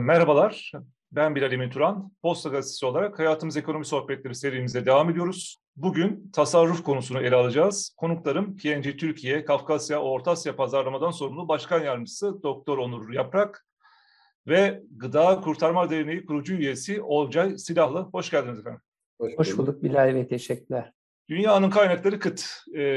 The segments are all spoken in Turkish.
Merhabalar, ben Bilal Emin Turan. Posta Gazetesi olarak Hayatımız Ekonomi Sohbetleri serimize devam ediyoruz. Bugün tasarruf konusunu ele alacağız. Konuklarım P&G Türkiye, Kafkasya, Orta Asya Pazarlamadan sorumlu Başkan Yardımcısı Doktor Onur Yaprak ve Gıda Kurtarma Derneği kurucu üyesi Olcay Silahlı. Hoş geldiniz efendim. Hoş bulduk Bilal Bey, teşekkürler. Dünyanın kaynakları kıt.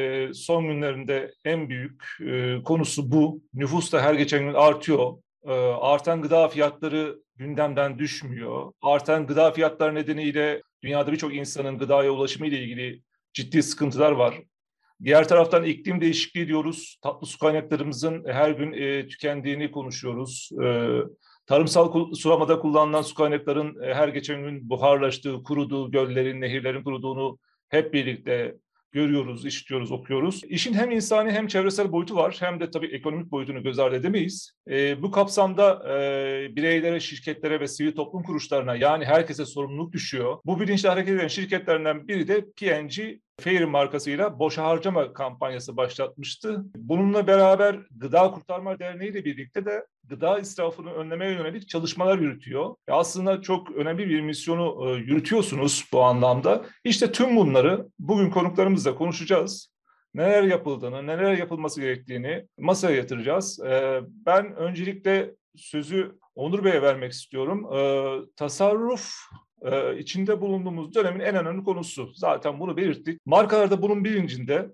Son günlerinde en büyük konusu bu. Nüfus da her geçen gün artıyor. Artan gıda fiyatları gündemden düşmüyor. Artan gıda fiyatları nedeniyle dünyada birçok insanın gıdaya ulaşımı ile ilgili ciddi sıkıntılar var. Diğer taraftan iklim değişikliği diyoruz. Tatlı su kaynaklarımızın her gün tükendiğini konuşuyoruz. Tarımsal sulamada kullanılan su kaynakların her geçen gün buharlaştığı, kuruduğu, göllerin, nehirlerin kuruduğunu hep birlikte görüyoruz, işitiyoruz, okuyoruz. İşin hem insani hem çevresel boyutu var, hem de tabii ekonomik boyutunu göz ardı edemeyiz. Bu kapsamda bireylere, şirketlere ve sivil toplum kuruluşlarına, yani herkese sorumluluk düşüyor. Bu bilinçle hareket eden şirketlerden biri de P&G Fair markasıyla boşa harcama kampanyası başlatmıştı. Bununla beraber Gıda Kurtarma Derneği ile birlikte de gıda israfını önlemeye yönelik çalışmalar yürütüyor. Aslında çok önemli bir misyonu yürütüyorsunuz bu anlamda. İşte tüm bunları bugün konuklarımızla konuşacağız. Neler yapıldığını, neler yapılması gerektiğini masaya yatıracağız. Ben öncelikle sözü Onur Bey'e vermek istiyorum. Tasarruf içinde bulunduğumuz dönemin en önemli konusu. Zaten bunu belirttik. Markalar da bunun bilincinde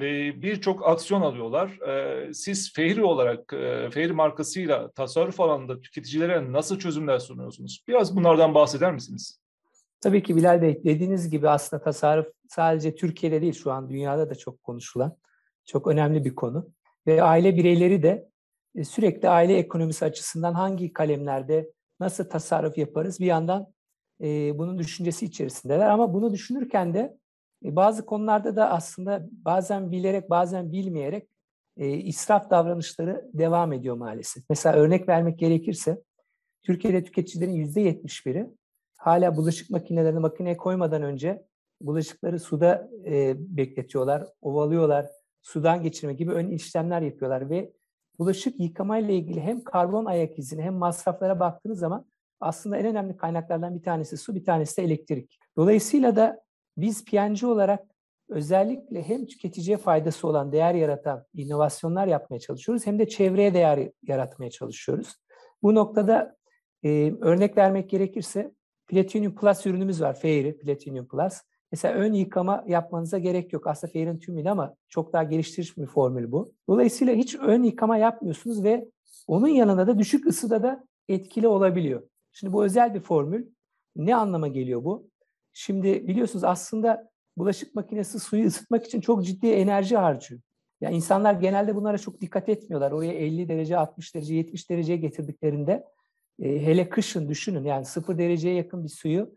birçok aksiyon alıyorlar. Siz Fehri olarak, Fehri markasıyla tasarruf alanında tüketicilere nasıl çözümler sunuyorsunuz? Biraz bunlardan bahseder misiniz? Tabii ki Bilal Bey, dediğiniz gibi aslında tasarruf sadece Türkiye'de değil, şu an dünyada da çok konuşulan, çok önemli bir konu. Ve aile bireyleri de sürekli aile ekonomisi açısından hangi kalemlerde nasıl tasarruf yaparız bir yandan bunun düşüncesi içerisindeler. Ama bunu düşünürken de bazı konularda da aslında bazen bilerek bazen bilmeyerek israf davranışları devam ediyor maalesef. Mesela örnek vermek gerekirse Türkiye'de tüketicilerin %71'i hala bulaşık makinelerini makineye koymadan önce bulaşıkları suda bekletiyorlar, ovalıyorlar, sudan geçirme gibi ön işlemler yapıyorlar ve bulaşık yıkamayla ilgili hem karbon ayak izine hem masraflara baktığınız zaman aslında en önemli kaynaklardan bir tanesi su, bir tanesi de elektrik. Dolayısıyla da biz P&G olarak özellikle hem tüketiciye faydası olan, değer yaratan inovasyonlar yapmaya çalışıyoruz, hem de çevreye değer yaratmaya çalışıyoruz. Bu noktada örnek vermek gerekirse Platinum Plus ürünümüz var, Fairy Platinum Plus. Mesela ön yıkama yapmanıza gerek yok. Aslında Fairy'nin tümüyle ama çok daha geliştirilmiş bir formül bu. Dolayısıyla hiç ön yıkama yapmıyorsunuz ve onun yanında da düşük ısıda da etkili olabiliyor. Şimdi bu özel bir formül. Ne anlama geliyor bu? Şimdi biliyorsunuz aslında bulaşık makinesi suyu ısıtmak için çok ciddi enerji harcıyor. Yani insanlar genelde bunlara çok dikkat etmiyorlar. Oraya 50 derece, 60 derece, 70 dereceye getirdiklerinde hele kışın düşünün, yani 0 dereceye yakın bir suyu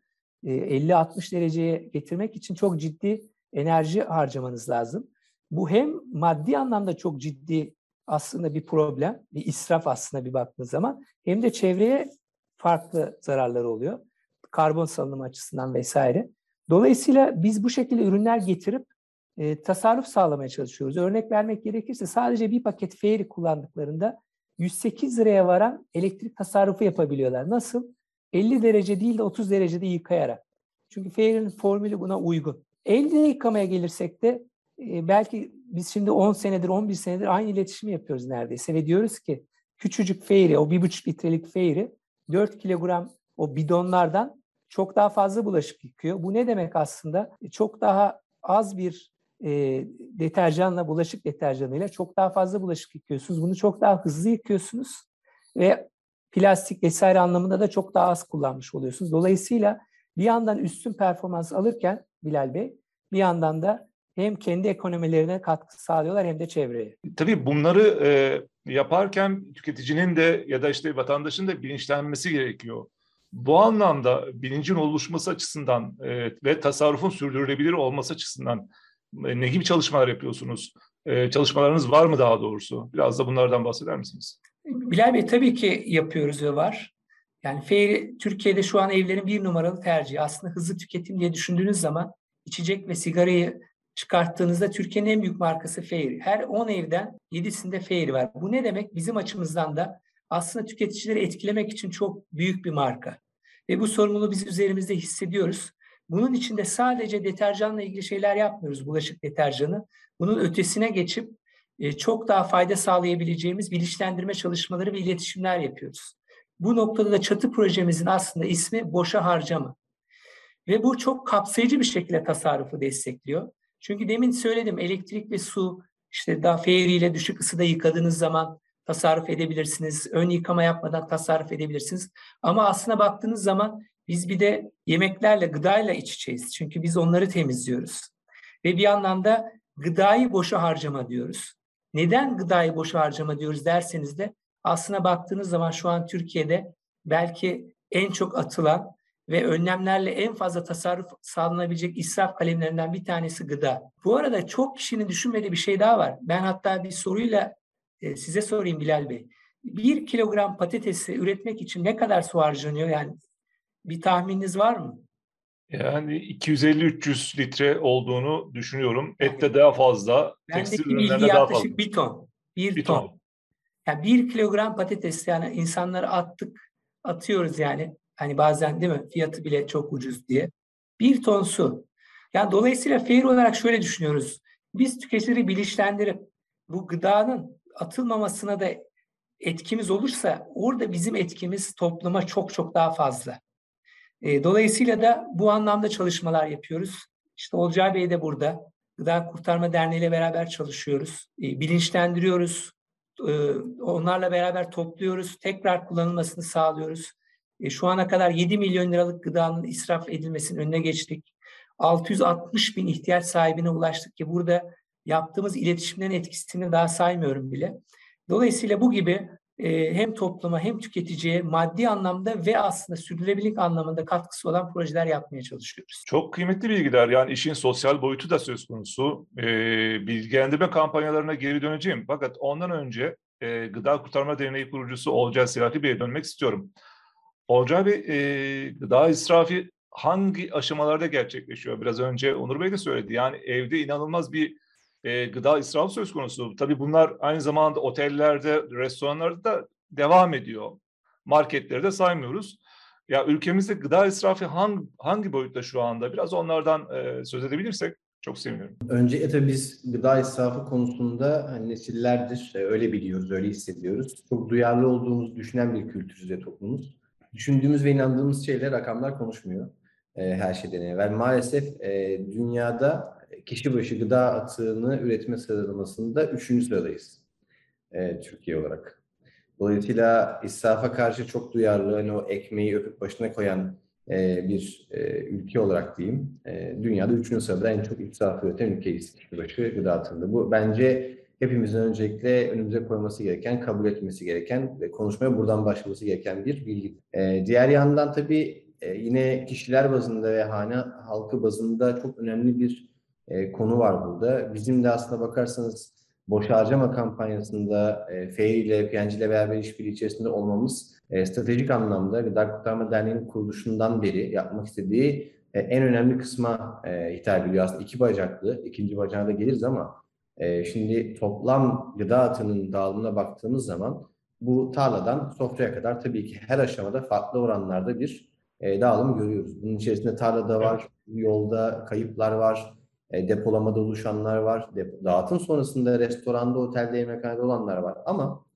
50-60 dereceye getirmek için çok ciddi enerji harcamanız lazım. Bu hem maddi anlamda çok ciddi aslında bir problem, bir israf aslında bir baktığınız zaman, hem de çevreye farklı zararları oluyor. Karbon salınımı açısından vesaire. Dolayısıyla biz bu şekilde ürünler getirip tasarruf sağlamaya çalışıyoruz. Örnek vermek gerekirse sadece bir paket Fairy kullandıklarında 108 liraya varan elektrik tasarrufu yapabiliyorlar. Nasıl? 50 derece değil de 30 derecede yıkayarak. Çünkü Fairy'nin formülü buna uygun. Elde yıkamaya gelirsek de belki biz şimdi 10 senedir, 11 senedir aynı iletişimi yapıyoruz neredeyse ve diyoruz ki küçücük Fairy, o 1,5 litrelik Fairy 4 kilogram o bidonlardan çok daha fazla bulaşık yıkıyor. Bu ne demek aslında? Çok daha az bir deterjanla, bulaşık deterjanıyla çok daha fazla bulaşık yıkıyorsunuz. Bunu çok daha hızlı yıkıyorsunuz ve plastik vesaire anlamında da çok daha az kullanmış oluyorsunuz. Dolayısıyla bir yandan üstün performans alırken Bilal Bey, bir yandan da hem kendi ekonomilerine katkı sağlıyorlar hem de çevreye. Tabii bunları yaparken tüketicinin de ya da işte vatandaşın da bilinçlenmesi gerekiyor. Bu anlamda bilincin oluşması açısından ve tasarrufun sürdürülebilir olması açısından ne gibi çalışmalar yapıyorsunuz? Çalışmalarınız var mı daha doğrusu? Biraz da bunlardan bahseder misiniz? Bilal Bey, tabii ki yapıyoruz ve var. Yani Fairy Türkiye'de şu an evlerin bir numaralı tercihi. Aslında hızlı tüketim diye düşündüğünüz zaman içecek ve sigarayı çıkarttığınızda Türkiye'nin en büyük markası Fairy. Her 10 evden 7'sinde Fairy var. Bu ne demek? Bizim açımızdan da aslında tüketicileri etkilemek için çok büyük bir marka. Ve bu sorumluluğu biz üzerimizde hissediyoruz. Bunun için de sadece deterjanla ilgili şeyler yapmıyoruz, bulaşık deterjanı. Bunun ötesine geçip çok daha fayda sağlayabileceğimiz bilinçlendirme çalışmaları ve iletişimler yapıyoruz. Bu noktada da çatı projemizin aslında ismi Boşa Harcama. Ve bu çok kapsayıcı bir şekilde tasarrufu destekliyor. Çünkü demin söyledim, elektrik ve su, işte daha feyriyle düşük ısıda yıkadığınız zaman tasarruf edebilirsiniz. Ön yıkama yapmadan tasarruf edebilirsiniz. Ama aslına baktığınız zaman biz bir de yemeklerle, gıdayla iç içeyiz. Çünkü biz onları temizliyoruz. Ve bir anlamda gıdayı boşa harcama diyoruz. Neden gıdayı boşa harcama diyoruz derseniz de aslına baktığınız zaman şu an Türkiye'de belki en çok atılan ve önlemlerle en fazla tasarruf sağlanabilecek israf kalemlerinden bir tanesi gıda. Bu arada çok kişinin düşünmediği bir şey daha var. Ben hatta bir soruyla size sorayım Bilal Bey. 1 kilogram patatesi üretmek için ne kadar su harcanıyor? Yani bir tahmininiz var mı? Yani 250-300 litre olduğunu düşünüyorum. Et Yani de daha fazla, tekstil bendeki bilgi ürünlerine daha fazla. yaklaşık 1 ton. Bir Bir ton. ton. Yani 1 kilogram patates, yani insanları atıyoruz yani. Hani bazen değil mi? Fiyatı bile çok ucuz diye. 1 ton su. Yani dolayısıyla fair olarak şöyle düşünüyoruz. Biz tüketicileri bilinçlendirip bu gıdanın atılmamasına da etkimiz olursa orada bizim etkimiz topluma çok çok daha fazla. Dolayısıyla da bu anlamda çalışmalar yapıyoruz. İşte Olcay Bey de burada. Gıda Kurtarma Derneği ile beraber çalışıyoruz. Bilinçlendiriyoruz. Onlarla beraber topluyoruz. Tekrar kullanılmasını sağlıyoruz. Şu ana kadar 7 milyon liralık gıdanın israf edilmesinin önüne geçtik. 660 bin ihtiyaç sahibine ulaştık ki burada yaptığımız iletişimlerin etkisini daha saymıyorum bile. Dolayısıyla bu gibi hem topluma hem tüketiciye maddi anlamda ve aslında sürdürülebilirlik anlamında katkısı olan projeler yapmaya çalışıyoruz. Çok kıymetli bilgiler. Yani işin sosyal boyutu da söz konusu. Bilgilendirme kampanyalarına geri döneceğim. Fakat ondan önce Gıda Kurtarma Derneği kurucusu Olcay Selahi Bey'e dönmek istiyorum. Olcay Bey, gıda israfı hangi aşamalarda gerçekleşiyor? Biraz önce Onur Bey de söyledi. Yani evde inanılmaz bir gıda israfı söz konusu. Tabii bunlar aynı zamanda otellerde, restoranlarda da devam ediyor. Marketleri de saymıyoruz. Ya ülkemizde gıda israfı hangi boyutta şu anda? Biraz onlardan söz edebilirsek çok sevinirim. Öncelikle tabii biz gıda israfı konusunda hani nesillerdir öyle biliyoruz, öyle hissediyoruz. Çok duyarlı olduğumuzu düşünen bir kültürüz ve toplumuz. Düşündüğümüz ve inandığımız şeyler, rakamlar konuşmuyor her şeyden evvel. Maalesef dünyada kişi başı gıda atığını üretme sıralamasında 3. sıradayız Türkiye olarak. Dolayısıyla israfa karşı çok duyarlı, hani o ekmeği öpüp başına koyan bir ülke olarak diyeyim. Dünyada 3. sırada en çok israf üreten ülkeyiz kişi başı gıda atığında. Bu bence hepimizin öncelikle önümüze koyması gereken, kabul etmesi gereken ve konuşmaya buradan başlaması gereken bir bilgi. Diğer yandan tabii yine kişiler bazında ve hane halkı bazında çok önemli bir konu var burada. Bizim de aslında bakarsanız boş harcama kampanyasında FEİ ile P&G ile beraber işbirliği içerisinde olmamız stratejik anlamda Gıda Kurtarma Derneği'nin kuruluşundan beri yapmak istediği en önemli kısma hitap ediyor. Aslında 2 bacaklı, ikinci bacağına da geliriz ama şimdi toplam gıda atığının dağılımına baktığımız zaman bu tarladan sofraya kadar tabii ki her aşamada farklı oranlarda bir dağılım görüyoruz. Bunun içerisinde tarlada var, yolda kayıplar var, depolamada oluşanlar var. Dağıtım sonrasında restoranda, otelde, yemekhanede olanlar var. Ama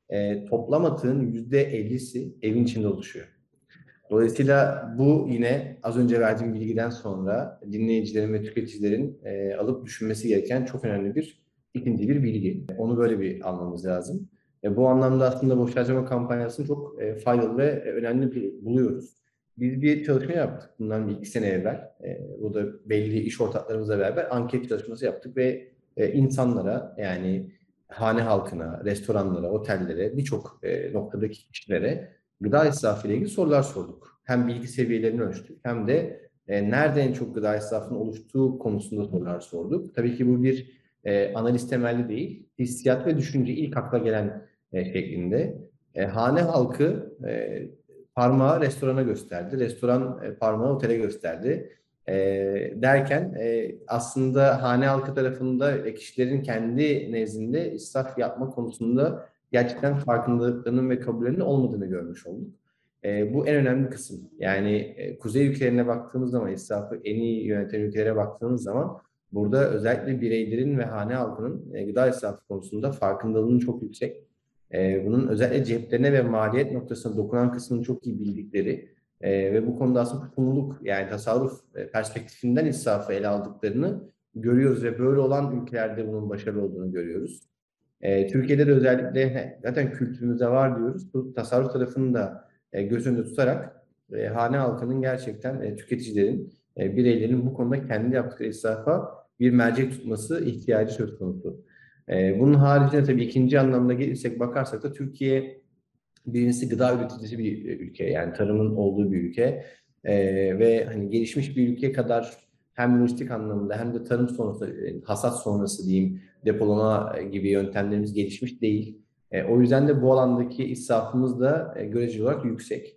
toplam atığın %50'si evin içinde oluşuyor. Dolayısıyla bu yine az önce verdiğim bilgiden sonra dinleyicilerin ve tüketicilerin alıp düşünmesi gereken çok önemli ikinci bir bilgi. Onu böyle bir almamız lazım. Bu anlamda aslında boş harcama kampanyasını çok faydalı ve önemli buluyoruz. Biz bir çalışma yaptık bundan 2 sene evvel. Bu da belli iş ortaklarımızla beraber anket çalışması yaptık ve insanlara, yani hane halkına, restoranlara, otellere, birçok noktadaki kişilere gıda israfı ile ilgili sorular sorduk. Hem bilgi seviyelerini ölçtük hem de nerede en çok gıda israfının oluştuğu konusunda sorular sorduk. Tabii ki bu bir analiz temelli değil, hissiyat ve düşünce ilk akla gelen şeklinde. Hane halkı parmağı restorana gösterdi, restoran parmağı otele gösterdi. Derken aslında hane halkı tarafında kişilerin kendi nezdinde israf yapma konusunda gerçekten farkındalıklarının ve kabullerinin olmadığını görmüş olduk. Bu en önemli kısım. Yani kuzey ülkelerine baktığımız zaman, israfı en iyi yöneten ülkelere baktığımız zaman burada özellikle bireylerin ve hane halkının gıda israfı konusunda farkındalığının çok yüksek. Bunun özellikle ceplerine ve maliyet noktasına dokunan kısmını çok iyi bildikleri ve bu konuda aslında tutumluluk, yani tasarruf perspektifinden israfı ele aldıklarını görüyoruz ve böyle olan ülkelerde bunun başarılı olduğunu görüyoruz. Türkiye'de de özellikle zaten kültürümüzde var diyoruz. Bu tasarruf tarafını da göz önünde tutarak hane halkının gerçekten tüketicilerin, bireylerin bu konuda kendi yaptıkları israfa bir mercek tutması ihtiyacı söz konusu. Bunun haricinde tabii ikinci anlamda gelirsek bakarsak da Türkiye birincisi gıda üreticisi bir ülke, yani tarımın olduğu bir ülke. Ve hani gelişmiş bir ülke kadar hem lojistik anlamında hem de tarım sonrası, hasat sonrası diyeyim, depolama gibi yöntemlerimiz gelişmiş değil. O yüzden de bu alandaki israfımız da göreceli olarak yüksek.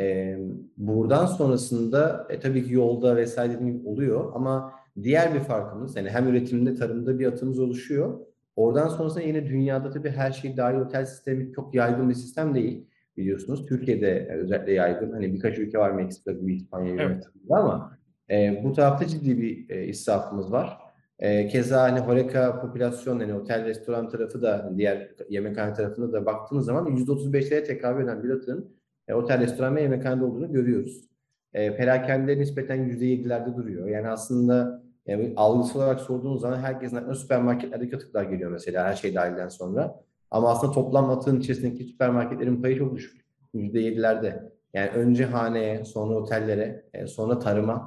Buradan sonrasında tabii ki yolda vesaire oluyor ama diğer bir farkımız, yani hem üretimde, tarımda bir atımız oluşuyor. Oradan sonrasında yine dünyada tabii her şey dahil otel sistemi çok yaygın bir sistem değil, biliyorsunuz. Türkiye'de özellikle yaygın. Hani birkaç ülke var, Meksika gibi, İspanya gibi Evet. ama bu tarafta ciddi bir israfımız var. Keza hani HoReCa popülasyon, yani otel, restoran tarafı da, diğer yemekhane tarafında da baktığımız zaman %35'lere tekabül eden bir atığın otel, restoran ve yemekhanede olduğunu görüyoruz. Perakende nispeten %7'lerde duruyor. Yani aslında algısal olarak sorduğunuz zaman herkesin aklına süpermarketlerdeki atıklar geliyor mesela, her şey dahilden sonra. Ama aslında toplam atığın içerisindeki süpermarketlerin payı çok düşük. %7'lerde. Yani önce haneye, sonra otellere, sonra tarıma,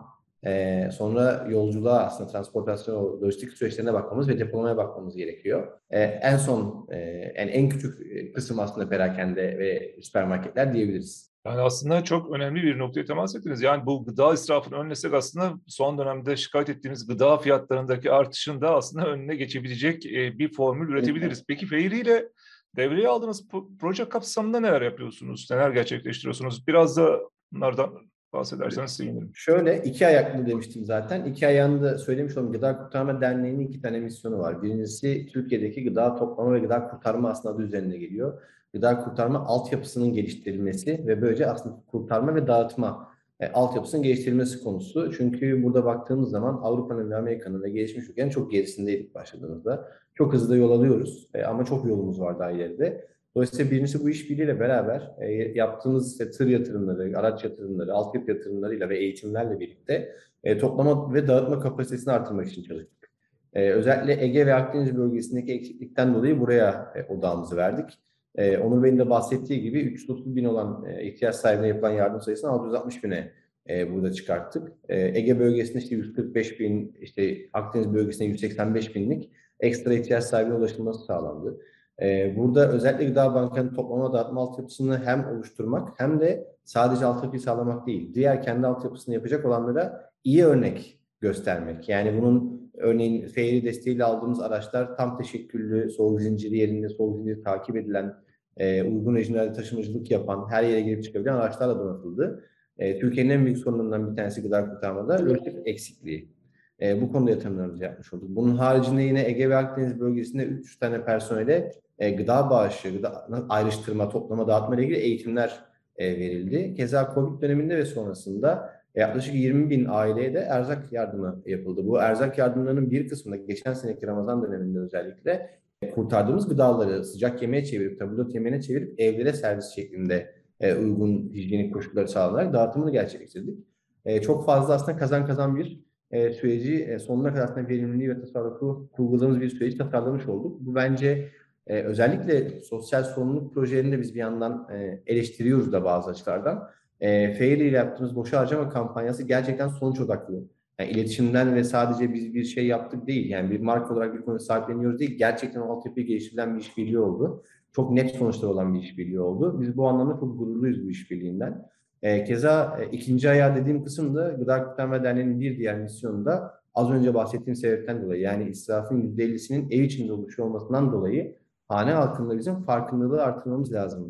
sonra yolculuğa, aslında transportasyon, lojistik süreçlerine bakmamız ve depolamaya bakmamız gerekiyor. En son, yani en küçük kısım aslında perakende ve süpermarketler diyebiliriz. Yani aslında çok önemli bir noktaya temas ettiniz. Yani bu gıda israfını önlesek aslında son dönemde şikayet ettiğimiz gıda fiyatlarındaki artışın da aslında önüne geçebilecek bir formül üretebiliriz. Peki Fehri ile devreye aldığınız proje kapsamında neler yapıyorsunuz? Neler gerçekleştiriyorsunuz? Biraz da bunlardan bahsederseniz sevinirim. Şöyle, iki ayaklı demiştim zaten. İki ayağını da söylemiş oldum. Gıda Kurtarma Derneği'nin iki tane misyonu var. Birincisi Türkiye'deki gıda toplama ve gıda kurtarma aslında adı üzerine geliyor. Gıda kurtarma altyapısının geliştirilmesi ve böylece aslında kurtarma ve dağıtma altyapısının geliştirilmesi konusu. Çünkü burada baktığımız zaman Avrupa'nın ve Amerika'nın ve gelişmiş ülkelerin çok gerisindeydik başladığımızda. Çok hızlı da yol alıyoruz ama çok yolumuz var daha ileride. Dolayısıyla birincisi bu işbirliğiyle beraber yaptığımız işte tır yatırımları, araç yatırımları, altyapı yatırımlarıyla ve eğitimlerle birlikte toplama ve dağıtma kapasitesini artırmak için çalıştık. Özellikle Ege ve Akdeniz bölgesindeki eksiklikten dolayı buraya odağımızı verdik. Onur Bey'in de bahsettiği gibi 330 bin olan ihtiyaç sahibine yapılan yardım sayısını 660 bine burada çıkarttık. Ege bölgesinde işte 145 bin, işte Akdeniz bölgesinde 185 binlik ekstra ihtiyaç sahibine ulaşılması sağlandı. Burada özellikle Gıda Bankası'nın toplama dağıtma altyapısını hem oluşturmak hem de sadece altyapıyı sağlamak değil, diğer kendi altyapısını yapacak olanlara iyi örnek göstermek. Yani bunun örneğin Fehri desteğiyle aldığımız araçlar tam teşekküllü, soğuk zinciri yerinde, soğuk zinciri takip edilen, uygun rejimlerde taşımacılık yapan, her yere girip çıkabilen araçlarla donatıldı. Türkiye'nin en büyük sorunlarından bir tanesi gıda kurtarmada lojistik eksikliği. Bu konuda yatırımlarımızı yapmış olduk. Bunun haricinde yine Ege ve Akdeniz bölgesinde 300 tane personele gıda bağışı, gıda ayrıştırma, toplama, dağıtma ile ilgili eğitimler verildi. Keza Covid döneminde ve sonrasında yaklaşık 20 bin aileye de erzak yardımı yapıldı. Bu erzak yardımlarının bir kısmında geçen seneki Ramazan döneminde özellikle kurtardığımız gıdaları sıcak yemeğe çevirip, tabldot yemeğine çevirip evlere servis şeklinde uygun hijyenik koşulları sağlanarak dağıtımını gerçekleştirdik. Çok fazla aslında kazan kazan bir süreci sonuna kadar aslında verimliliği ve tasarrufu kurguladığımız bir süreci tasarlamış olduk. Bu bence özellikle sosyal sorumluluk projelerinde biz bir yandan eleştiriyoruz da bazı açılardan. Fehri ile yaptığımız boşa harcama kampanyası gerçekten sonuç odaklı. Yani iletişimden ve sadece biz bir şey yaptık değil, yani bir marka olarak bir konu sahipleniyoruz değil, gerçekten o altyapıyı geliştirilen bir işbirliği oldu. Çok net sonuçlar olan bir işbirliği oldu. Biz bu anlamda çok gururluyuz bu işbirliğinden. Keza ikinci ayağı dediğim kısım da Gıda Kurtarma Derneği'nin bir diğer misyonu da az önce bahsettiğim sebepten dolayı, yani israfın %50'sinin ev içinde oluşuyor olmasından dolayı hane halkında bizim farkındalığı artırmamız lazım.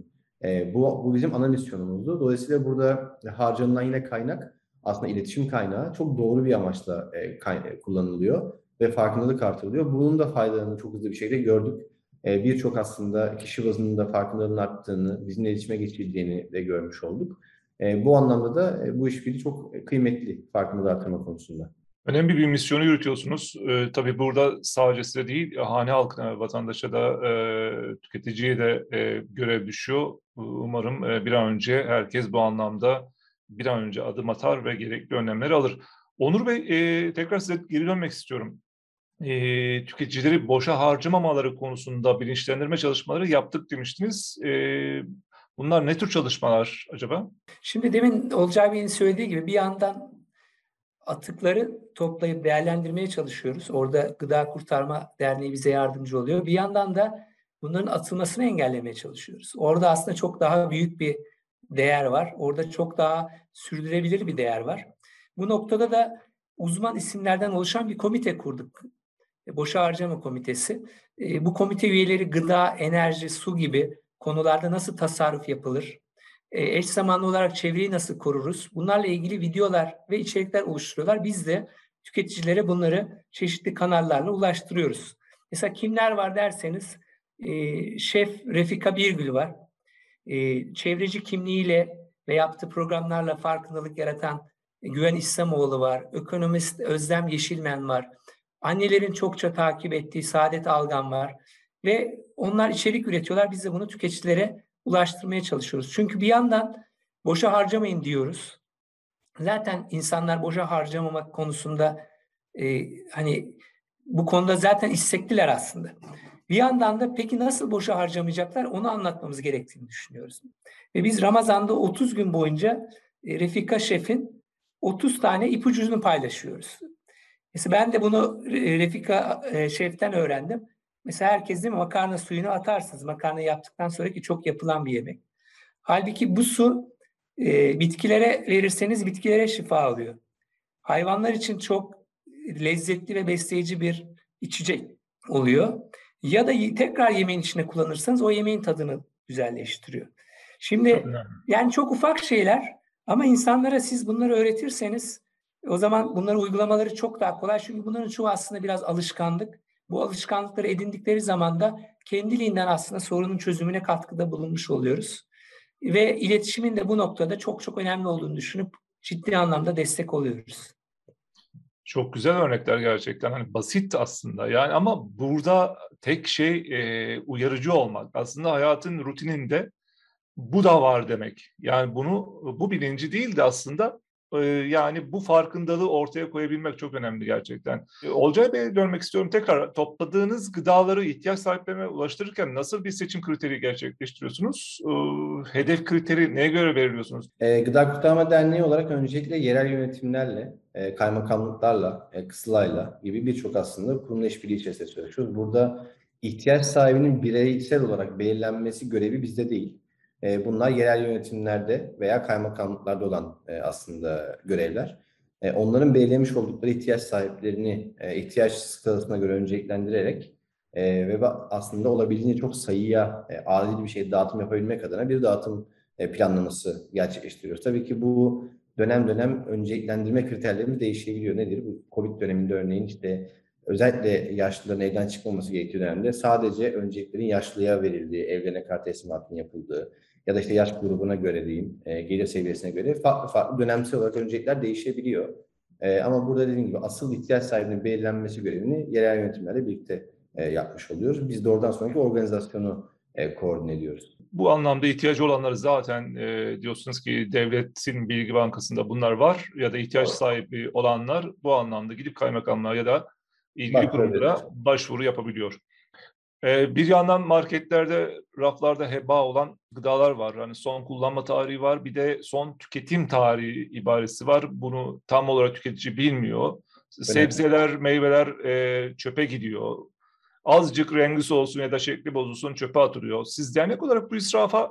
Bu bizim ana misyonumuzdu. Dolayısıyla burada harcanılan yine kaynak aslında iletişim kaynağı çok doğru bir amaçla kullanılıyor ve farkındalık artırılıyor. Bunun da faydalarını çok hızlı bir şekilde gördük. birçok aslında kişi bazında farkındalığın arttığını, bizimle iletişime geçildiğini de görmüş olduk. Bu anlamda da bu işbirliği çok kıymetli farkındalığı artırma konusunda. Önemli bir misyonu yürütüyorsunuz. Tabii burada sadece size değil, hane halkına, vatandaşa da, tüketiciye de görev düşüyor. Umarım bir an önce herkes bu anlamda bir an önce adım atar ve gerekli önlemleri alır. Onur Bey, tekrar size geri dönmek istiyorum. Tüketicileri boşa harcamamaları konusunda bilinçlendirme çalışmaları yaptık demiştiniz. Bunlar ne tür çalışmalar acaba? Şimdi demin Olcay Bey'in söylediği gibi bir yandan atıkları toplayıp değerlendirmeye çalışıyoruz. Orada Gıda Kurtarma Derneği bize yardımcı oluyor. Bir yandan da bunların atılmasını engellemeye çalışıyoruz. Orada aslında çok daha büyük bir değer var. Orada çok daha sürdürülebilir bir değer var. Bu noktada da uzman isimlerden oluşan bir komite kurduk. Boşa Harcama Komitesi. Bu komite üyeleri gıda, enerji, su gibi konularda nasıl tasarruf yapılır? Eş zamanlı olarak çevreyi nasıl koruruz? Bunlarla ilgili videolar ve içerikler oluşturuyorlar. Biz de tüketicilere bunları çeşitli kanallarla ulaştırıyoruz. Mesela kimler var derseniz Şef Refika Birgül var. Çevreci kimliğiyle ve yaptığı programlarla farkındalık yaratan Güven İslamoğlu var. Ekonomist Özlem Yeşilmen var. Annelerin çokça takip ettiği Saadet Algan var. Ve onlar içerik üretiyorlar. Biz de bunu tüketicilere ulaştırmaya çalışıyoruz. Çünkü bir yandan boşa harcamayın diyoruz. Zaten insanlar boşa harcamamak konusunda hani bu konuda zaten istekliler aslında. Bir yandan da peki nasıl boşa harcamayacaklar onu anlatmamız gerektiğini düşünüyoruz. Ve biz Ramazan'da 30 gün boyunca Refika Şef'in 30 tane ipucunu paylaşıyoruz. Mesela ben de bunu Refika Şef'ten öğrendim. Mesela herkes değil mi makarna suyunu atarsınız. Makarna yaptıktan sonraki çok yapılan bir yemek. Halbuki bu su bitkilere verirseniz bitkilere şifa alıyor. Hayvanlar için çok lezzetli ve besleyici bir içecek oluyor. Ya da tekrar yemeğin içine kullanırsanız o yemeğin tadını güzelleştiriyor. Çok Şimdi önemli. yani çok ufak şeyler ama insanlara siz bunları öğretirseniz o zaman bunları uygulamaları çok daha kolay. Çünkü bunların çoğu aslında biraz alışkanlık. Bu alışkanlıkları edindikleri zaman da kendiliğinden aslında sorunun çözümüne katkıda bulunmuş oluyoruz. Ve iletişimin de bu noktada çok çok önemli olduğunu düşünüp ciddi anlamda destek oluyoruz. Çok güzel örnekler gerçekten. Hani basit aslında. Yani ama burada tek şey uyarıcı olmak. Aslında hayatın rutininde bu da var demek. Yani bu bilinci değil de aslında yani bu farkındalığı ortaya koyabilmek çok önemli gerçekten. Olcay Bey'e dönmek istiyorum tekrar. Topladığınız gıdaları ihtiyaç sahiplerine ulaştırırken nasıl bir seçim kriteri gerçekleştiriyorsunuz? Hedef kriteri neye göre belirliyorsunuz? Gıda Kurtarma Derneği olarak öncelikle yerel yönetimlerle, kaymakamlıklarla, Kızılay'la gibi birçok aslında kurumla işbirliği içerisinde çalışıyoruz. Burada ihtiyaç sahibinin bireysel olarak belirlenmesi görevi bizde değil. Bunlar yerel yönetimlerde veya kaymakamlıklarda olan aslında görevler. Onların belirlemiş oldukları ihtiyaç sahiplerini ihtiyaç skalasına göre önceliklendirerek ve aslında olabildiğince çok sayıya adil bir şekilde dağıtım yapabilmek adına bir dağıtım planlaması gerçekleştiriyoruz. Tabii ki bu dönem dönem önceliklendirme kriterlerimiz değişebiliyor. Nedir? Bu Covid döneminde örneğin işte özellikle yaşlıların evden çıkmaması gerektiği dönemde sadece önceliklerin yaşlıya verildiği, evlerine kart teslimatının yapıldığı ya da işte yaş grubuna göre diyeyim, gelir seviyesine göre farklı farklı dönemsel olarak öncelikler değişebiliyor. Ama burada dediğim gibi asıl ihtiyaç sahibinin belirlenmesi görevini yerel yönetimlerle birlikte yapmış oluyoruz. Biz de oradan sonraki organizasyonu koordine ediyoruz. Bu anlamda ihtiyacı olanları zaten diyorsunuz ki devletin bilgi bankasında bunlar var ya da ihtiyaç sahibi olanlar bu anlamda gidip kaymakamlığa ya da ilgili kurumlara başvuru yapabiliyor. Bir yandan marketlerde, raflarda heba olan gıdalar var. Hani son kullanma tarihi var, bir de son tüketim tarihi ibaresi var. Bunu tam olarak tüketici bilmiyor. Sebzeler, meyveler çöpe gidiyor. Azıcık rengi olsun ya da şekli bozulsun çöpe atılıyor. Siz dernek olarak bu israfa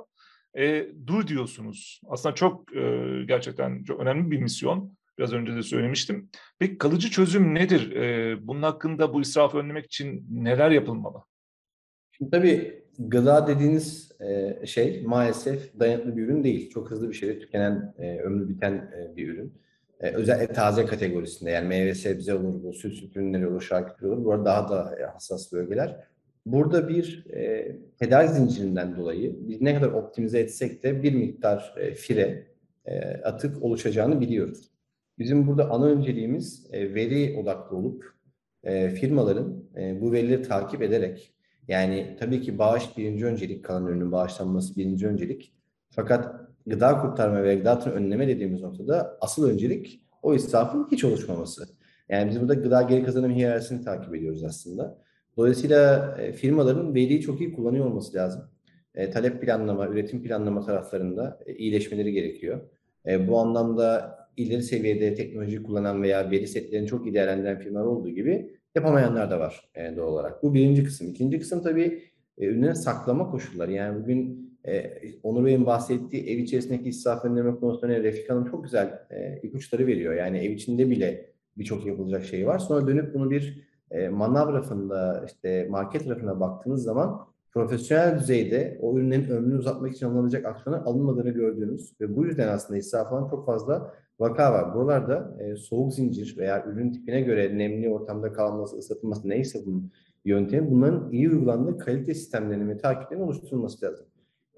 dur diyorsunuz. Aslında çok gerçekten çok önemli bir misyon. Biraz önce de söylemiştim. Peki kalıcı çözüm nedir? Bunun hakkında bu israfı önlemek için neler yapılmalı? Şimdi tabii gıda dediğiniz şey maalesef dayanıklı bir ürün değil. Çok hızlı bir şekilde tükenen, ömrü biten bir ürün. Özellikle taze kategorisinde yani meyve sebze olur, bu süt ürünleri olur, şarküteri olur. Bu arada daha da hassas bölgeler. Burada bir tedarik zincirinden dolayı biz ne kadar optimize etsek de bir miktar fire, atık oluşacağını biliyoruz. Bizim burada ana önceliğimiz veri odaklı olup firmaların bu verileri takip ederek, yani tabii ki bağış birinci öncelik, kalan ürünün bağışlanması birinci öncelik. Fakat gıda kurtarma ve gıda önleme dediğimiz noktada asıl öncelik o israfın hiç oluşmaması. Yani biz burada gıda geri kazanım hiyerarşisini takip ediyoruz aslında. Dolayısıyla firmaların veriyi çok iyi kullanıyor olması lazım. Talep planlama, üretim planlama taraflarında iyileşmeleri gerekiyor. Bu anlamda ileri seviyede teknoloji kullanan veya veri setlerini çok iyi değerlendiren firmalar olduğu gibi yapamayanlar da var doğal olarak. Bu birinci kısım. İkinci kısım tabii ürünlerin saklama koşulları. Yani bugün Onur Bey'in bahsettiği ev içerisindeki israf önleme konusunda Refik Hanım çok güzel ipuçları veriyor. Yani ev içinde bile birçok yapılacak şey var. Sonra dönüp bunu bir manav rafında, işte market rafına baktığınız zaman profesyonel düzeyde o ürünlerin ömrünü uzatmak için alınacak aksiyonlar alınmadığını gördüğünüz ve bu yüzden aslında israf olan çok fazla vaka var. Buralarda soğuk zincir veya ürün tipine göre nemli ortamda kalması, ısıtılması neyse bunun yöntemi, bunların iyi uygulandığı kalite sistemlerinin ve takiplerinin oluşturulması lazım.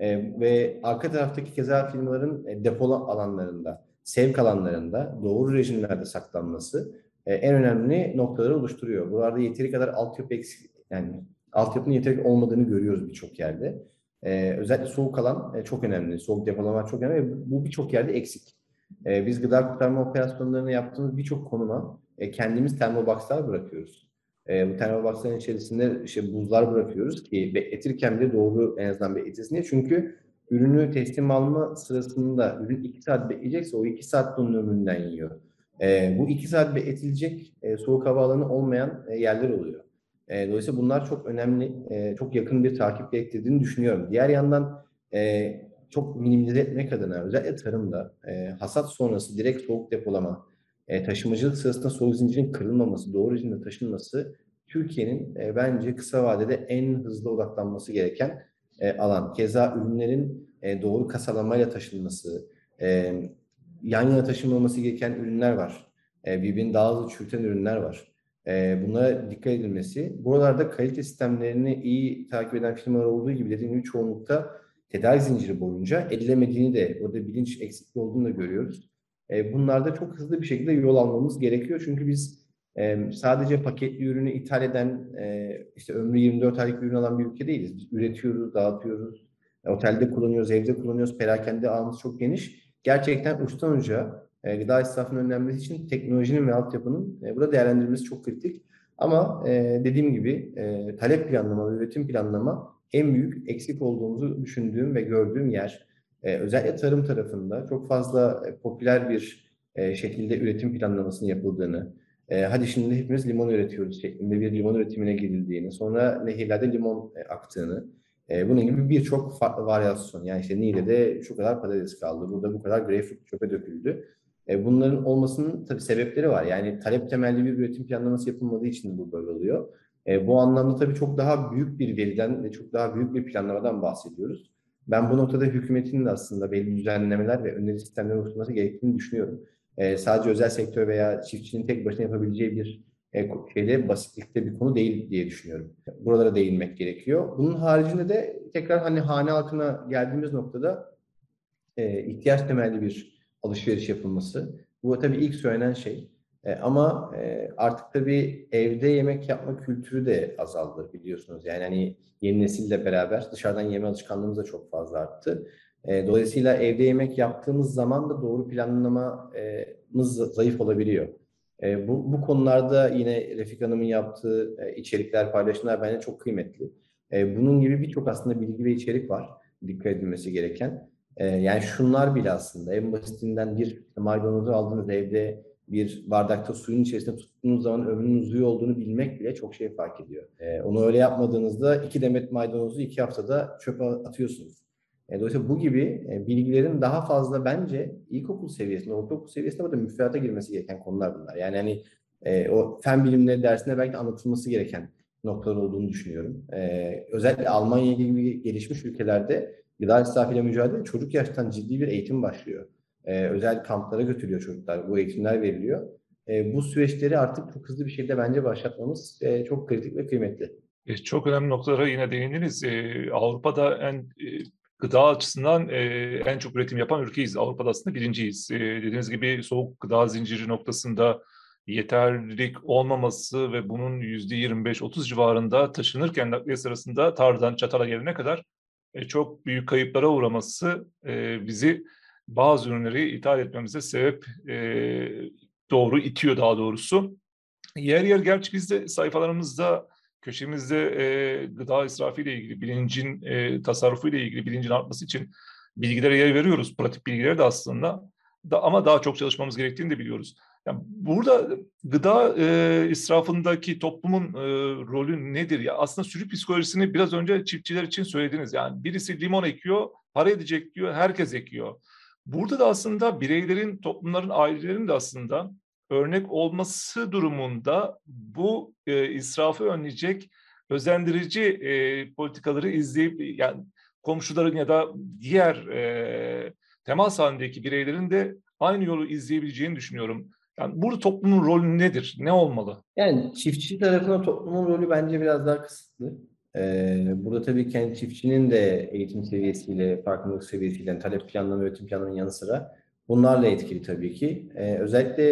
Ve arka taraftaki keza firmaların depo alanlarında, sevk alanlarında doğru rejimlerde saklanması en önemli noktaları oluşturuyor. Buralarda yeteri kadar altyapı eksik, yani altyapının yeteri olmadığını görüyoruz birçok yerde. Özellikle soğuk alan çok önemli. Soğuk depolama çok önemli ve bu birçok yerde eksik. Biz gıda kurtarma operasyonlarını yaptığımız birçok konuma kendimiz termoboxlar bırakıyoruz. Bu termoboxların içerisinde işte buzlar bırakıyoruz ki bekletirken bile doğru en azından bekletilsin diye. Çünkü ürünü teslim alma sırasında ürün 2 saat bekleyecekse o 2 saat bunun ömründen yiyor. Bu 2 saat bekletilecek soğuk hava alanı olmayan yerler oluyor. Dolayısıyla bunlar çok önemli, çok yakın bir takip gerektirdiğini düşünüyorum. Diğer yandan çok minimize etmek adına özellikle tarımda hasat sonrası direkt soğuk depolama, taşımacılık sırasında soğuk zincirin kırılmaması, doğru rejimde taşınması Türkiye'nin bence kısa vadede en hızlı odaklanması gereken alan. Keza ürünlerin doğru kasalamayla taşınması, yan yana taşınmaması gereken ürünler var. Birbirini daha hızlı çürüten ürünler var. Bunlara dikkat edilmesi. Buralarda kalite sistemlerini iyi takip eden firmalar olduğu gibi dediğim gibi çoğunlukta tedarik zinciri boyunca edilemediğini de, orada bilinç eksikliği olduğunu da görüyoruz. Bunlarda çok hızlı bir şekilde yol almamız gerekiyor. Çünkü biz sadece paketli ürünü ithal eden, işte ömrü 24 aylık bir ürün alan bir ülke değiliz. Biz üretiyoruz, dağıtıyoruz, otelde kullanıyoruz, evde kullanıyoruz. Perakende ağımız çok geniş. Gerçekten uçtan uca gıda israfının önlenmesi için teknolojinin ve altyapının burada değerlendirilmesi çok kritik. Ama dediğim gibi talep planlama ve üretim planlama en büyük eksik olduğumuzu düşündüğüm ve gördüğüm yer. Özellikle tarım tarafında çok fazla popüler bir şekilde üretim planlamasının yapıldığını, hadi şimdi hepimiz limon üretiyoruz şeklinde bir limon üretimine gidildiğini, sonra nehirlerde limon aktığını, bunun gibi birçok varyasyon. Yani işte Niğde'de şu kadar patates kaldı, burada bu kadar greyfurt çöpe döküldü. Bunların olmasının tabii sebepleri var. Yani talep temelli bir üretim planlaması yapılmadığı için bu böyle oluyor. Bu anlamda tabii çok daha büyük bir veriden ve çok daha büyük bir planlamadan bahsediyoruz. Ben bu noktada hükümetin de aslında belli düzenlemeler ve öneri sistemleri oluşturması gerektiğini düşünüyorum. Sadece özel sektör veya çiftçinin tek başına yapabileceği bir basitlikte bir konu değil diye düşünüyorum. Buralara değinmek gerekiyor. Bunun haricinde de tekrar hani hane halkına geldiğimiz noktada ihtiyaç temelli bir alışveriş yapılması. Bu tabii ilk söylenen şey. Ama artık tabii evde yemek yapma kültürü de azaldı biliyorsunuz. Yani hani yeni nesille beraber dışarıdan yeme alışkanlığımız da çok fazla arttı. Dolayısıyla evde yemek yaptığımız zaman da doğru planlamamız zayıf olabiliyor. Bu konularda yine Refik Hanım'ın yaptığı içerikler, paylaşımlar bence çok kıymetli. Bunun gibi birçok aslında bilgi ve içerik var dikkat edilmesi gereken. Yani şunlar bile aslında en basitinden bir maydanozu aldığınız evde bir bardakta suyun içerisinde tuttuğunuz zaman ömrünün uzuyor olduğunu bilmek bile çok şey fark ediyor. Onu öyle yapmadığınızda 2 demet maydanozu 2 haftada çöpe atıyorsunuz. Dolayısıyla bu gibi bilgilerin daha fazla bence ilkokul seviyesinde, ortaokul seviyesinde burada müfredata girmesi gereken konular bunlar. Yani hani o fen bilimleri dersinde belki anlatılması gereken noktalar olduğunu düşünüyorum. Özellikle Almanya gibi gelişmiş ülkelerde gıda israfıyla mücadele çocuk yaştan ciddi bir eğitim başlıyor. Özel kamplara götürüyor çocuklar. Bu eğitimler veriliyor. Bu süreçleri artık çok hızlı bir şekilde bence başlatmamız çok kritik ve kıymetli. Çok önemli noktalara yine değindiniz. Avrupa'da gıda açısından en çok üretim yapan ülkeyiz. Avrupa'da aslında birinciyiz. Dediğiniz gibi soğuk gıda zinciri noktasında yeterlilik olmaması ve bunun %25-30 civarında taşınırken nakliye sırasında tarladan çatala gelene kadar çok büyük kayıplara uğraması bizi bazı ürünleri ithal etmemize sebep doğru itiyor daha doğrusu. Yer yer gerçi biz de sayfalarımızda, köşemizde gıda israfı ile ilgili, bilincin tasarrufu ile ilgili bilincin artması için bilgilere yer veriyoruz. Pratik bilgileri de aslında. Ama daha çok çalışmamız gerektiğini de biliyoruz. Yani burada gıda israfındaki toplumun rolü nedir? Ya aslında sürü psikolojisini biraz önce çiftçiler için söylediniz. Yani birisi limon ekiyor, para edecek diyor, herkes ekiyor. Burada da aslında bireylerin, toplumların, ailelerin de aslında örnek olması durumunda bu israfı önleyecek özendirici politikaları izleyip, yani komşuların ya da diğer temas halindeki bireylerin de aynı yolu izleyebileceğini düşünüyorum. Yani burada toplumun rolü nedir? Ne olmalı? Yani çiftçi tarafına toplumun rolü bence biraz daha kısıtlı. Burada tabii ki yani çiftçinin de eğitim seviyesiyle, farkındalık seviyesiyle, yani talep planlama, üretim planlamanın yanı sıra bunlarla etkili tabii ki. Özellikle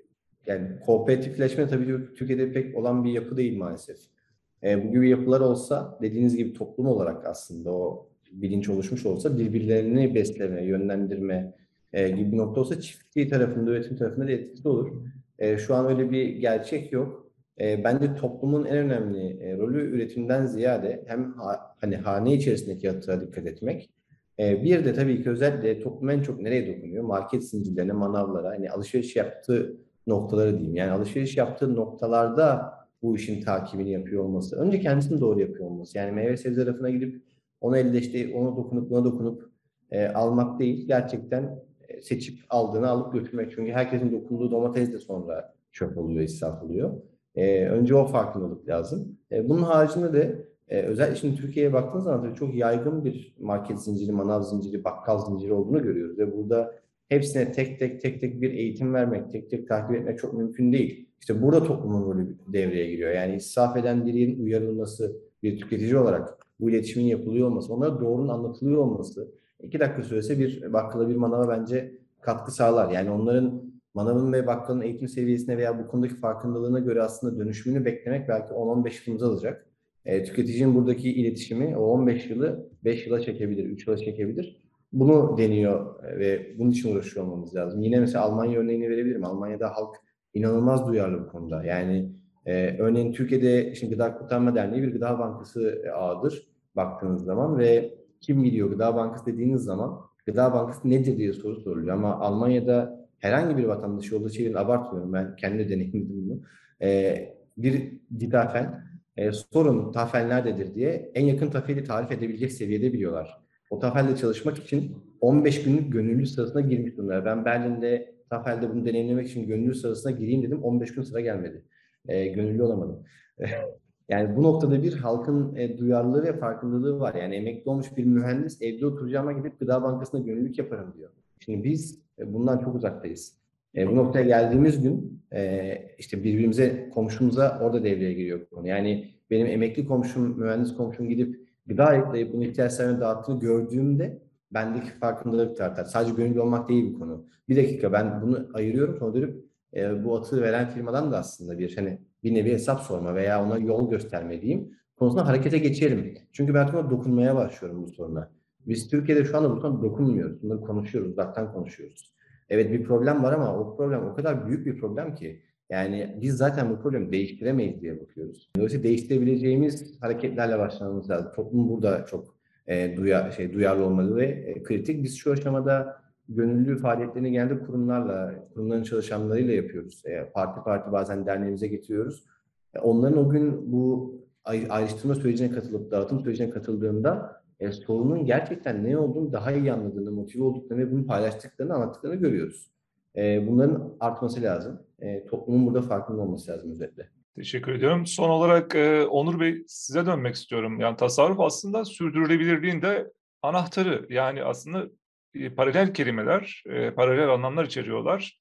yani kooperatifleşme tabii Türkiye'de pek olan bir yapı değil maalesef. Bu gibi yapılar olsa, dediğiniz gibi toplum olarak aslında o bilinç oluşmuş olsa, birbirlerini besleme, yönlendirme gibi bir nokta olsa çiftçi tarafında, üretim tarafında da etkisi olur. Şu an öyle bir gerçek yok. Bence toplumun en önemli rolü üretimden ziyade hem hani hane içerisindeki atığa dikkat etmek. Bir de tabii ki özellikle toplum en çok nereye dokunuyor? Market zincirlerine, manavlara, hani alışveriş yaptığı noktaları diyeyim. Yani alışveriş yaptığı noktalarda bu işin takibini yapıyor olması. Önce kendisini doğru yapıyor olması. Yani meyve sebze rafına gidip onu elde işte ona dokunup buna dokunup almak değil. Gerçekten seçip aldığını alıp götürmek. Çünkü herkesin dokunduğu domates de sonra çöp oluyor, israf oluyor. Önce o farkındalık lazım. Bunun haricinde de özellikle şimdi Türkiye'ye baktığınız zaman tabii çok yaygın bir market zinciri, manav zinciri, bakkal zinciri olduğunu görüyoruz. Ve burada hepsine tek tek bir eğitim vermek, tek tek takip etmek çok mümkün değil. İşte burada toplumun rolü devreye giriyor. Yani israf eden birinin uyarılması, bir tüketici olarak bu iletişimin yapılıyor olması, onlara doğru anlatılıyor olması, 2 dakika sürese bir bakkala, bir manava bence katkı sağlar. Yani onların manavın ve bakkalın eğitim seviyesine veya bu konudaki farkındalığına göre aslında dönüşümünü beklemek belki 10-15 yılımızı alacak. Tüketicinin buradaki iletişimi o 15 yılı 5 yıla çekebilir, 3 yıla çekebilir. Bunu deniyor ve bunun için uğraşıyor olmamız lazım. Yine mesela Almanya örneğini verebilirim. Almanya'da halk inanılmaz duyarlı bu konuda. Yani örneğin Türkiye'de şimdi Gıda Kurtarma Derneği bir gıda bankası ağıdır baktığınız zaman ve kim biliyor Gıda Bankası dediğiniz zaman Gıda Bankası nedir diye soru soruluyor. Ama Almanya'da herhangi bir vatandaş yolda çevirin, abartmıyorum, ben kendi deneyimledim bunu. Bir gitafen sorun tafel nerededir diye en yakın tafeli tarif edebilecek seviyede biliyorlar. O tafelde çalışmak için 15 günlük gönüllü sırasına girmiş durumlar. Ben Berlin'de tafelde bunu deneyimlemek için gönüllü sırasına gireyim dedim. 15 gün sıra gelmedi. Gönüllü olamadım. Yani bu noktada bir halkın duyarlılığı ve farkındalığı var. Yani emekli olmuş bir mühendis evde oturacağıma gidip Gıda Bankası'na gönüllülük yaparım diyor. Şimdi biz bundan çok uzaktayız. Bu noktaya geldiğimiz gün işte birbirimize, komşumuza orada devreye giriyor bu konu. Yani benim emekli komşum, mühendis komşum gidip gıda ayıklayıp bunu ihtiyaçlarına dağıttığını gördüğümde bendeki farkındalık artar. Sadece gönüllü olmak değil bu konu. Bir dakika, ben bunu ayırıyorum, sonra dönüp bu atığı veren firmadan da aslında bir nevi hesap sorma veya ona yol gösterme diyeyim konusunda harekete geçerim. Çünkü ben ona dokunmaya başlıyorum bu soruna. Biz Türkiye'de şu anda bu konuda dokunmuyoruz. Bunları konuşuyoruz, uzaktan konuşuyoruz. Evet, bir problem var ama o problem o kadar büyük bir problem ki yani biz zaten bu problemi değiştiremeyiz diye bakıyoruz. Dolayısıyla değiştirebileceğimiz hareketlerle başlamamız lazım. Toplum burada çok duyarlı olmalı ve kritik. Biz şu aşamada gönüllü faaliyetlerini genelde kurumların çalışanlarıyla yapıyoruz. Parti bazen derneğimize getiriyoruz. Onların o gün bu ayrıştırma sürecine katılıp dağıtım sürecine katıldığında sorunun gerçekten ne olduğunu daha iyi anladığını, motive olduklarını ve bunu paylaştıklarını, anlattıklarını görüyoruz. Bunların artması lazım. Toplumun burada farkında olması lazım özetle. Teşekkür ediyorum. Son olarak Onur Bey, size dönmek istiyorum. Yani tasarruf aslında sürdürülebilirliğin de anahtarı. Yani aslında paralel kelimeler, paralel anlamlar içeriyorlar.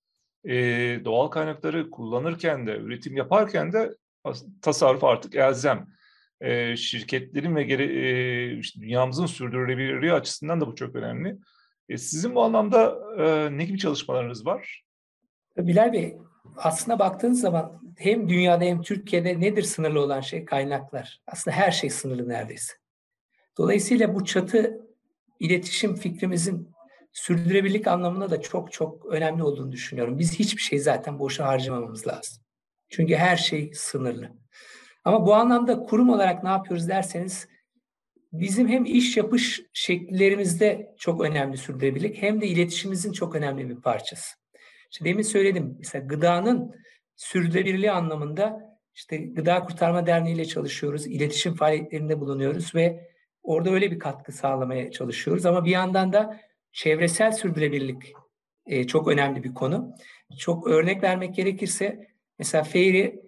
Doğal kaynakları kullanırken de, üretim yaparken de tasarruf artık elzem. şirketlerin ve işte dünyamızın sürdürülebilirliği açısından da bu çok önemli. Sizin bu anlamda ne gibi çalışmalarınız var? Bilal Bey, aslında baktığınız zaman hem dünyada hem Türkiye'de nedir sınırlı olan şey? Kaynaklar. Aslında her şey sınırlı neredeyse. Dolayısıyla bu çatı iletişim fikrimizin sürdürülebilirlik anlamında da çok çok önemli olduğunu düşünüyorum. Biz hiçbir şey zaten boşa harcamamamız lazım. Çünkü her şey sınırlı. Ama bu anlamda kurum olarak ne yapıyoruz derseniz, bizim hem iş yapış şekillerimizde çok önemli sürdürülebilirlik, hem de iletişimimizin çok önemli bir parçası. İşte demin söyledim, mesela gıdanın sürdürülebilirliği anlamında işte Gıda Kurtarma Derneği ile çalışıyoruz, iletişim faaliyetlerinde bulunuyoruz ve orada öyle bir katkı sağlamaya çalışıyoruz. Ama bir yandan da çevresel sürdürülebilirlik çok önemli bir konu. Çok örnek vermek gerekirse, mesela Fairy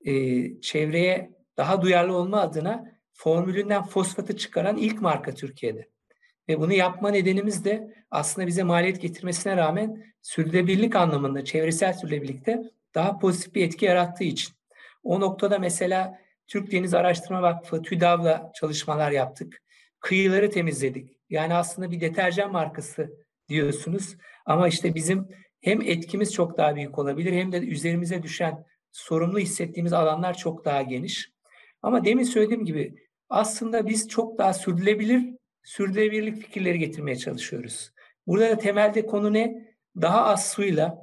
çevreye daha duyarlı olma adına formülünden fosfatı çıkaran ilk marka Türkiye'de. Ve bunu yapma nedenimiz de aslında bize maliyet getirmesine rağmen sürdürülebilirlik anlamında, çevresel sürdürülebilirlikte daha pozitif bir etki yarattığı için. O noktada mesela Türk Deniz Araştırma Vakfı, TÜDAV'la çalışmalar yaptık. Kıyıları temizledik. Yani aslında bir deterjan markası diyorsunuz. Ama işte bizim hem etkimiz çok daha büyük olabilir, hem de üzerimize düşen sorumlu hissettiğimiz alanlar çok daha geniş. Ama demin söylediğim gibi aslında biz çok daha sürdürülebilirlik fikirleri getirmeye çalışıyoruz. Burada da temelde konu ne? Daha az suyla,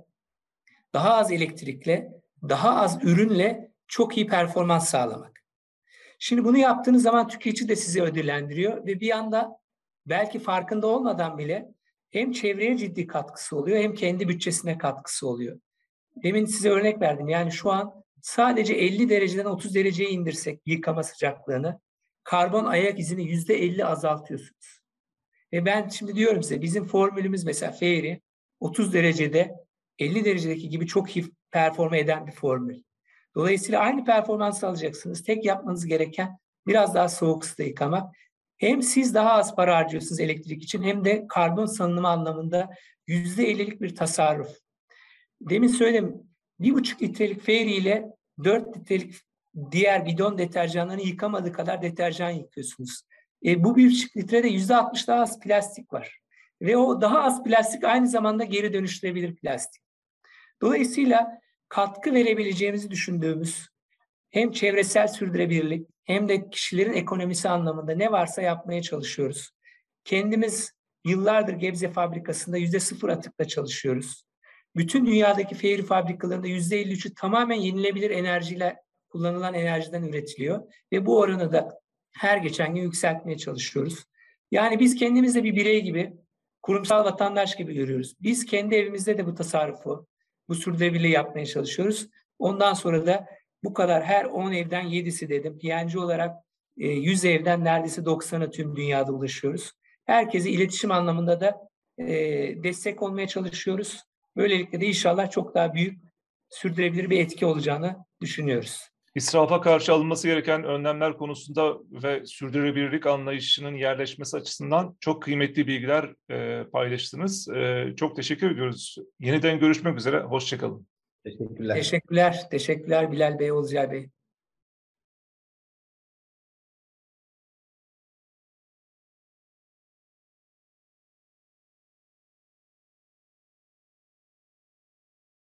daha az elektrikle, daha az ürünle çok iyi performans sağlamak. Şimdi bunu yaptığınız zaman tüketici de sizi ödüllendiriyor ve bir anda belki farkında olmadan bile hem çevreye ciddi katkısı oluyor, hem kendi bütçesine katkısı oluyor. Demin size örnek verdim. Yani şu an sadece 50 dereceden 30 dereceye indirsek yıkama sıcaklığını, karbon ayak izini %50 azaltıyorsunuz. Ve ben şimdi diyorum size, bizim formülümüz mesela Fairy 30 derecede 50 derecedeki gibi çok iyi performe eden bir formül. Dolayısıyla aynı performansı alacaksınız. Tek yapmanız gereken biraz daha soğuk suda yıkamak. Hem siz daha az para harcıyorsunuz elektrik için, hem de karbon salınımı anlamında %50'lik bir tasarruf. Demin söyledim, 1,5 litrelik Fairy ile 4 litrelik diğer bidon deterjanlarını yıkamadığı kadar deterjan yıkıyorsunuz. Bu 1,5 litrede %60 daha az plastik var. Ve o daha az plastik aynı zamanda geri dönüştürülebilir plastik. Dolayısıyla katkı verebileceğimizi düşündüğümüz hem çevresel sürdürülebilirlik, hem de kişilerin ekonomisi anlamında ne varsa yapmaya çalışıyoruz. Kendimiz yıllardır Gebze fabrikasında %0 atıkla çalışıyoruz. Bütün dünyadaki Fairy fabrikalarında %53'ü tamamen yenilebilir enerjiyle, kullanılan enerjiden üretiliyor. Ve bu oranı da her geçen gün yükseltmeye çalışıyoruz. Yani biz kendimizi de bir birey gibi, kurumsal vatandaş gibi görüyoruz. Biz kendi evimizde de bu tasarrufu, bu sürdürülebilirliği yapmaya çalışıyoruz. Ondan sonra da bu kadar, her 10 evden 7'si dedim. PNG olarak 100 evden neredeyse 90'a tüm dünyada ulaşıyoruz. Herkese iletişim anlamında da destek olmaya çalışıyoruz. Böylelikle de inşallah çok daha büyük, sürdürülebilir bir etki olacağını düşünüyoruz. İsrafa karşı alınması gereken önlemler konusunda ve sürdürülebilirlik anlayışının yerleşmesi açısından çok kıymetli bilgiler paylaştınız. Çok teşekkür ediyoruz. Yeniden görüşmek üzere. Hoşça kalın. Teşekkürler. Teşekkürler Bilal Bey, Olcay Bey.